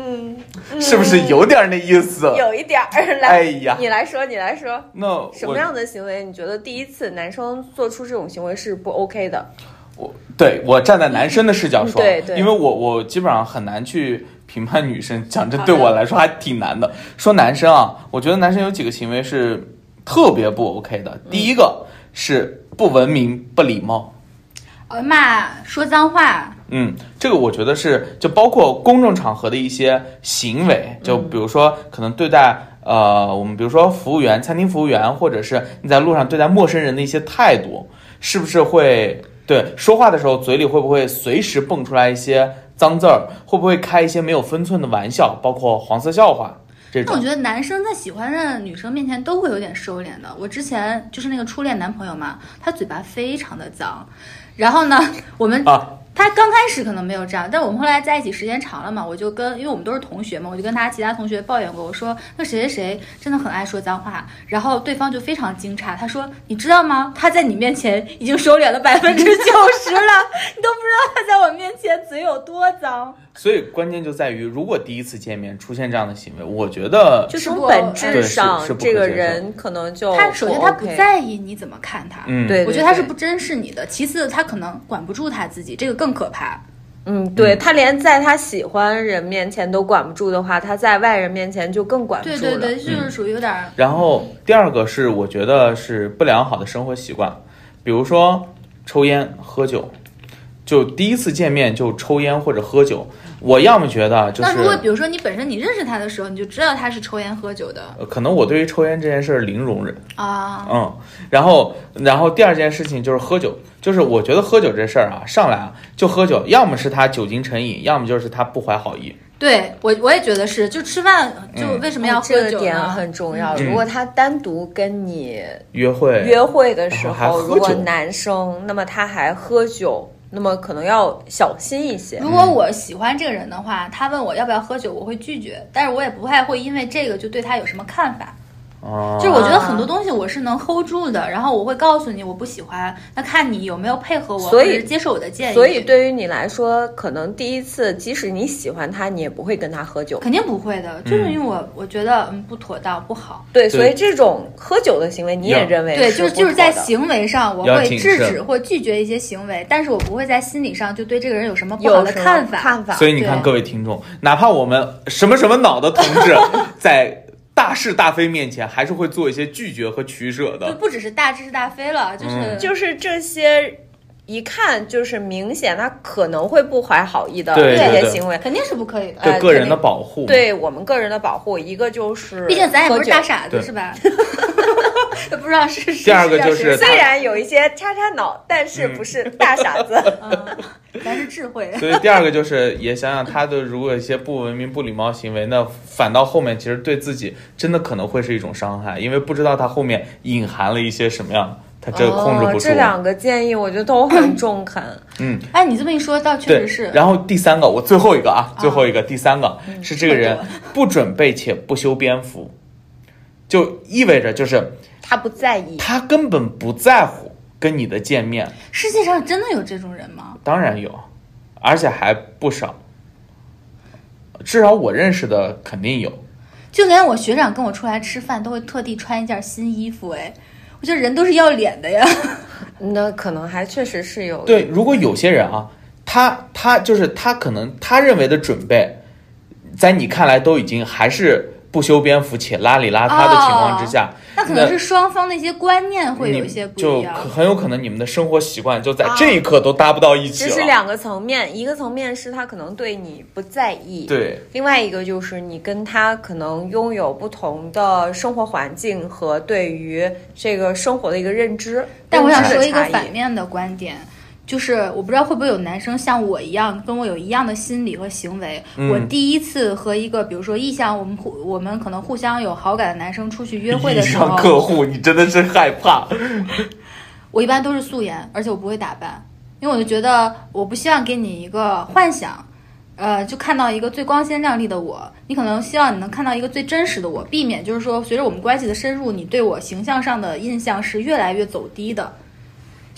嗯，嗯是不是有点那意思？ 有一点儿。来， 哎呀， 你来说，你来说， 那什么样的行为你觉得第一次男生做出这种行为是不 OK 的？ 我对我站在男生的视角说， 嗯、对对， 因为我我基本上很难去评判女生，讲这对我来说还挺难的。说男生啊，我觉得男生有几个行为是特别不 OK 的。第一个是不文明、不礼貌， 呃，骂、说脏话。 嗯，这个我觉得是就包括公众场合的一些行为，就比如说可能对待呃我们比如说服务员、餐厅服务员，或者是你在路上对待陌生人的一些态度，是不是会对说话的时候嘴里会不会随时蹦出来一些脏字儿，会不会开一些没有分寸的玩笑，包括黄色笑话这种。 那我觉得男生在喜欢的女生面前都会有点收敛的。我之前就是那个初恋男朋友嘛，他嘴巴非常的脏，然后呢我们啊他刚开始可能没有这样，但我们后来在一起时间长了嘛，我就跟因为我们都是同学嘛，我就跟他其他同学抱怨过，我说那谁谁谁真的很爱说脏话，然后对方就非常惊诧，他说你知道吗？他在你面前已经收敛了百分之九十了，你都不知道他在我面前嘴有多脏。 所以关键就在于，如果第一次见面出现这样的行为，我觉得就从本质上，这个人可能就他首先他不在意你怎么看他， 嗯， 对， 我觉得他是不珍视你的。其次，他可能管不住他自己，这个更可怕。 嗯，对，他连在他喜欢人面前都管不住的话，他在外人面前就更管不住了。 对对对，就是属于有点、嗯。 然后第二个是，我觉得是不良好的生活习惯，比如说抽烟、喝酒，就第一次见面就抽烟或者喝酒。我要么觉得就是， 那如果比如说你本身你认识他的时候，你就知道他是抽烟喝酒的， 呃、可能我对于抽烟这件事零容忍啊。 嗯，然后然后第二件事情就是喝酒，就是我觉得喝酒这事儿啊，上来啊就喝酒，要么是他酒精成瘾，要么就是他不怀好意。 对我我也觉得是，就吃饭就为什么要喝酒呢？ 嗯哦、这个点很重要、嗯。如果他单独跟你约会约会的时候，如果男男生，那么他还喝酒。那么可能要小心一些。 如果我喜欢这个人的话，他问我要不要喝酒，我会拒绝，但是我也不太会因为这个就对他有什么看法。 哦， 就是我觉得很多东西我是能 hold 住的，然后我会告诉你我不喜欢，那看你有没有配合我， 所以接受我的建议。 所以对于你来说，可能第一次即使你喜欢他，你也不会跟他喝酒。 肯定不会的，就是因为我、嗯、我觉得嗯不妥当不好。 对，所以这种喝酒的行为你也认为对，就是就是在行为上我会制止或拒绝一些行为，但是我不会在心理上就对这个人有什么不好的看法。 看法。 所以你看各位听众，哪怕我们什么什么脑的同志在大是大非面前还是会做一些拒绝和取舍的， 就不只是大是大非了，就是、 嗯、就是这些一看就是明显他可能会不怀好意的这些行为， 肯定是不可以的。 对个人的保护、呃， 对我们个人的保护，一个就是毕竟咱也不是大傻子是吧？不知道是第二个就是虽然有一些叉叉脑，但是不是大傻子， 嗯，咱是智慧。 所以第二个就是也想想他的如果有一些不文明不礼貌行为，那反倒后面其实对自己真的可能会是一种伤害，因为不知道他后面隐含了一些什么样，他这控制不住、哦、 这两个建议我觉得都很中肯。 嗯， 哎，你这么一说倒确实是。 然后第三个我最后一个啊，最后一个、哦、第三个是这个人不准备且不修边幅，就意味着就是他不在意， 他根本不在乎跟你的见面。 世界上真的有这种人吗？ 当然有，而且还不少，至少我认识的肯定有。 就连我学长跟我出来吃饭都会特地穿一件新衣服，哎，我觉得人都是要脸的呀。 那可能还确实是有。 对，如果有些人啊，他他就是他可能他认为的准备，在你看来都已经还是不修边幅且邋里邋遢的情况之下、哦、 那可能是双方的一些观念会有一些不一样， 就很有可能你们的生活习惯就在这一刻都搭不到一起了、 啊、这是两个层面，一个层面是他可能对你不在意， 对， 另外一个就是你跟他可能拥有不同的生活环境和对于这个生活的一个认知。 但我想说一个反面的观点，就是我不知道会不会有男生像我一样跟我有一样的心理和行为、嗯、我第一次和一个比如说意向我们互我们可能互相有好感的男生出去约会的时候， 意向客户你真的是害怕。 我一般都是素颜，而且我不会打扮，因为我就觉得我不希望给你一个幻想，呃，就看到一个最光鲜亮丽的我，你可能希望你能看到一个最真实的我，避免就是说随着我们关系的深入，你对我形象上的印象是越来越走低的。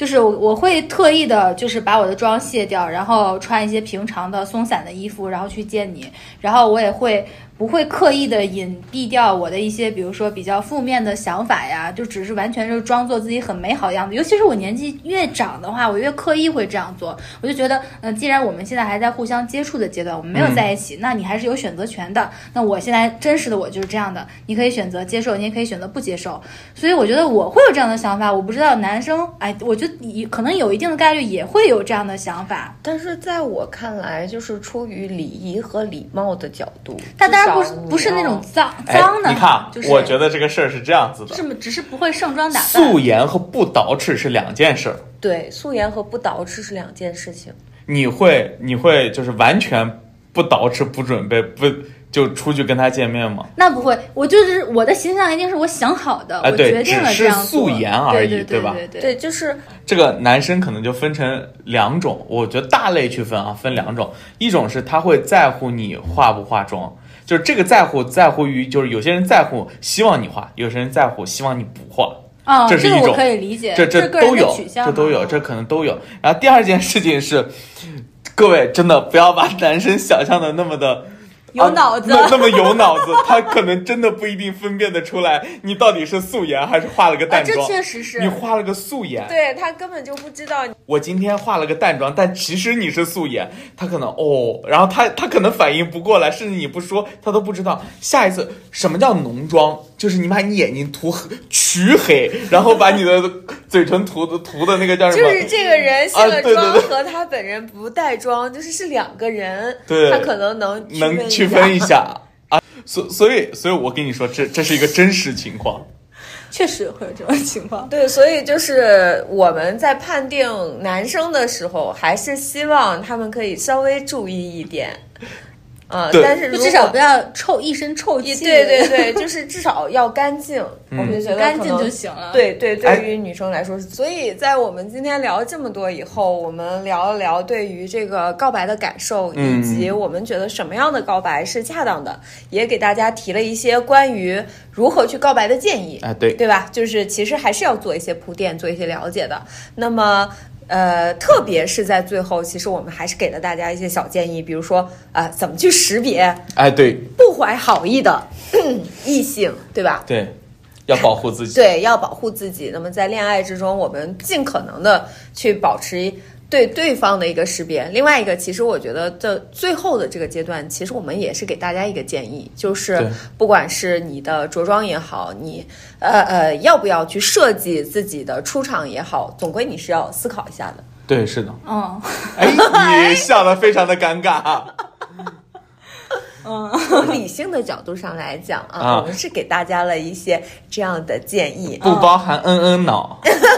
就是我我会特意的，就是把我的妆卸掉，然后穿一些平常的松散的衣服，然后去见你。然后我也会不会刻意的隐蔽掉我的一些，比如说比较负面的想法呀，就只是完全是装作自己很美好的样子。尤其是我年纪越长的话，我越刻意会这样做。我就觉得，嗯、呃，既然我们现在还在互相接触的阶段，我们没有在一起，嗯、那你还是有选择权的。那我现在真实的我就是这样的，你可以选择接受，你也可以选择不接受。所以我觉得我会有这样的想法。我不知道男生，哎，我觉得可能有一定的概率也会有这样的想法。 但是在我看来，就是出于礼仪和礼貌的角度， 他当然不是不是那种脏脏的。 你看， 就是我觉得这个事儿是这样子的， 是只是不会盛装打扮。 素颜和不捯饬是两件事儿。 对，素颜和不捯饬是两件事情。 你会你会就是完全不捯饬不准备不就出去跟他见面吗？ 那不会，我就是我的形象一定是我想好的， 哎、 我决定了这样做。 只是素颜而已， 对对对吧？ 对对对，就是这个男生可能就分成两种，我觉得大类区分啊，分两种，一种是他会在乎你化不化妆。就是这个在乎在乎于，就是有些人在乎希望你化，有些人在乎希望你不化。 啊、哦， 这是一种， 这个我可以理解， 这这都有，这都有， 这可能都有。然后第二件事情是，各位真的不要把男生想象的那么的有脑子， 啊、那, 那么有脑子，他可能真的不一定分辨得出来你到底是素颜还是化了个淡妆。 啊、这确实是， 你化了个素颜， 对他根本就不知道。 我今天化了个淡妆，但其实你是素颜，他可能哦，然后他他可能反应不过来，甚至你不说他都不知道。下一次什么叫浓妆？就是你把你眼睛涂黢黑，然后把你的嘴唇涂的涂的那个叫什么？ 就是这个人卸了妆、 啊、 和他本人不带妆，就是是两个人。 对， 他可能能能区分一下啊。所所以所以我跟你说，这这是一个真实情况。 确实会有这种情况。 对，所以就是我们在判定男生的时候，还是希望他们可以稍微注意一点。啊、呃，但是至少不要臭一身臭气。 对对对，就是至少要干净。 嗯、 我们觉得干净就行了。 对对，对于女生来说是。所以在我们今天聊了这么多以后，我们聊一聊对于这个告白的感受， 嗯、 以及我们觉得什么样的告白是恰当的，也给大家提了一些关于如何去告白的建议。 哎，对， 对吧？就是其实还是要做一些铺垫，做一些了解的。那么。呃，特别是在最后，其实我们还是给了大家一些小建议，比如说啊、呃，怎么去识别， 哎，对， 不怀好意的异性，对吧？ 对，要保护自己， 对，要保护自己。那么在恋爱之中，我们尽可能的去保持对对方的一个识别。另外一个，其实我觉得这最后的这个阶段，其实我们也是给大家一个建议，就是不管是你的着装也好，你呃呃要不要去设计自己的出场也好，总归你是要思考一下的。 对，是的。 嗯， 哎，你笑得非常的尴尬。 嗯，从理性的角度上来讲啊，啊我们是给大家了一些这样的建议， 不包含嗯嗯脑。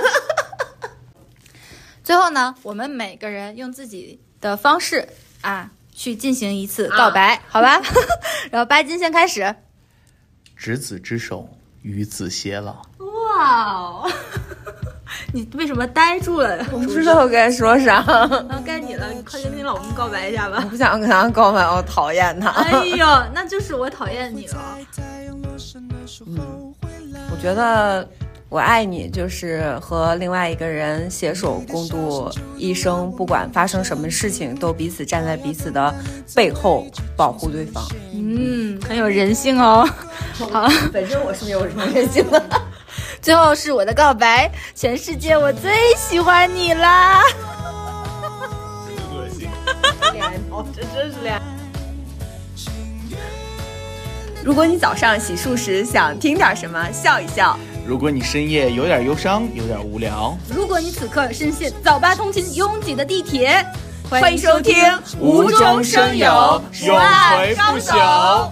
最后呢，我们每个人用自己的方式啊，去进行一次告白，啊、好吧？然后巴金先开始。 执子之手，与子偕老。 哇哦！你为什么呆住了？ 我不知道该说啥。 那该你了，你快跟你老公告白一下吧。 我不想跟他告白，我讨厌他。 哎呦，那就是我讨厌你了。 嗯，我觉得我爱你就是和另外一个人携手共度一生，不管发生什么事情，都彼此站在彼此的背后保护对方。 嗯，很有人性哦。好， 本身我是没有什么人性的。 最后是我的告白，全世界我最喜欢你啦！ 恶心， 恋爱脑，这真是恋爱。如果你早上洗漱时想听点什么，笑一笑； 如果你深夜有点忧伤，有点无聊； 如果你此刻深陷早八通勤拥挤的地铁， 欢迎收听《无中生有， 永垂不朽》。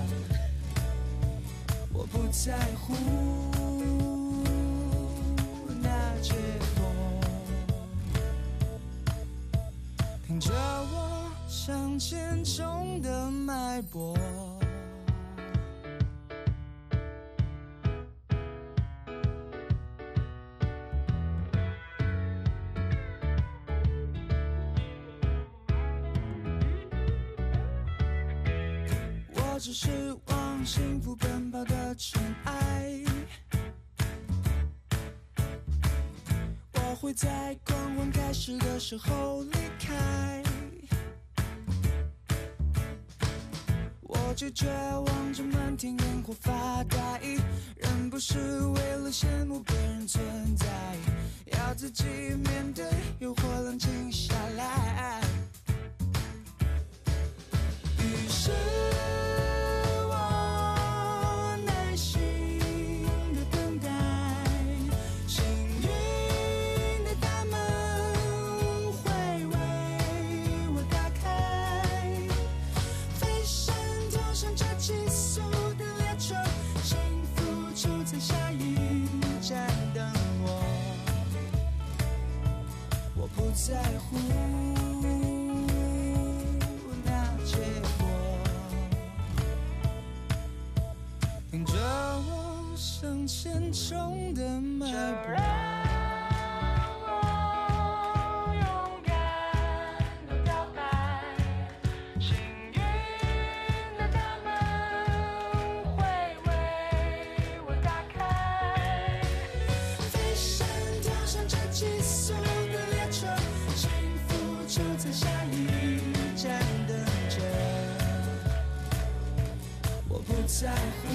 我不在乎那结果，听着我向前冲的脉搏。我只是往幸福奔跑的尘埃，我会在狂欢开始的时候离开。我就绝望着满天烟火发呆，人不是为了羡慕别人存在，要自己面对诱惑，冷静下来。于是我耐心的等待，幸运的大门会为我打开，飞身跳上这急速的列车，幸福就在下一站等我。我不在乎那结果，听着我向前冲的脉搏。在乎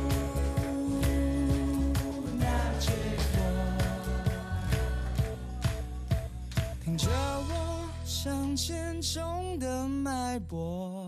那结果，听着我向前冲的脉搏。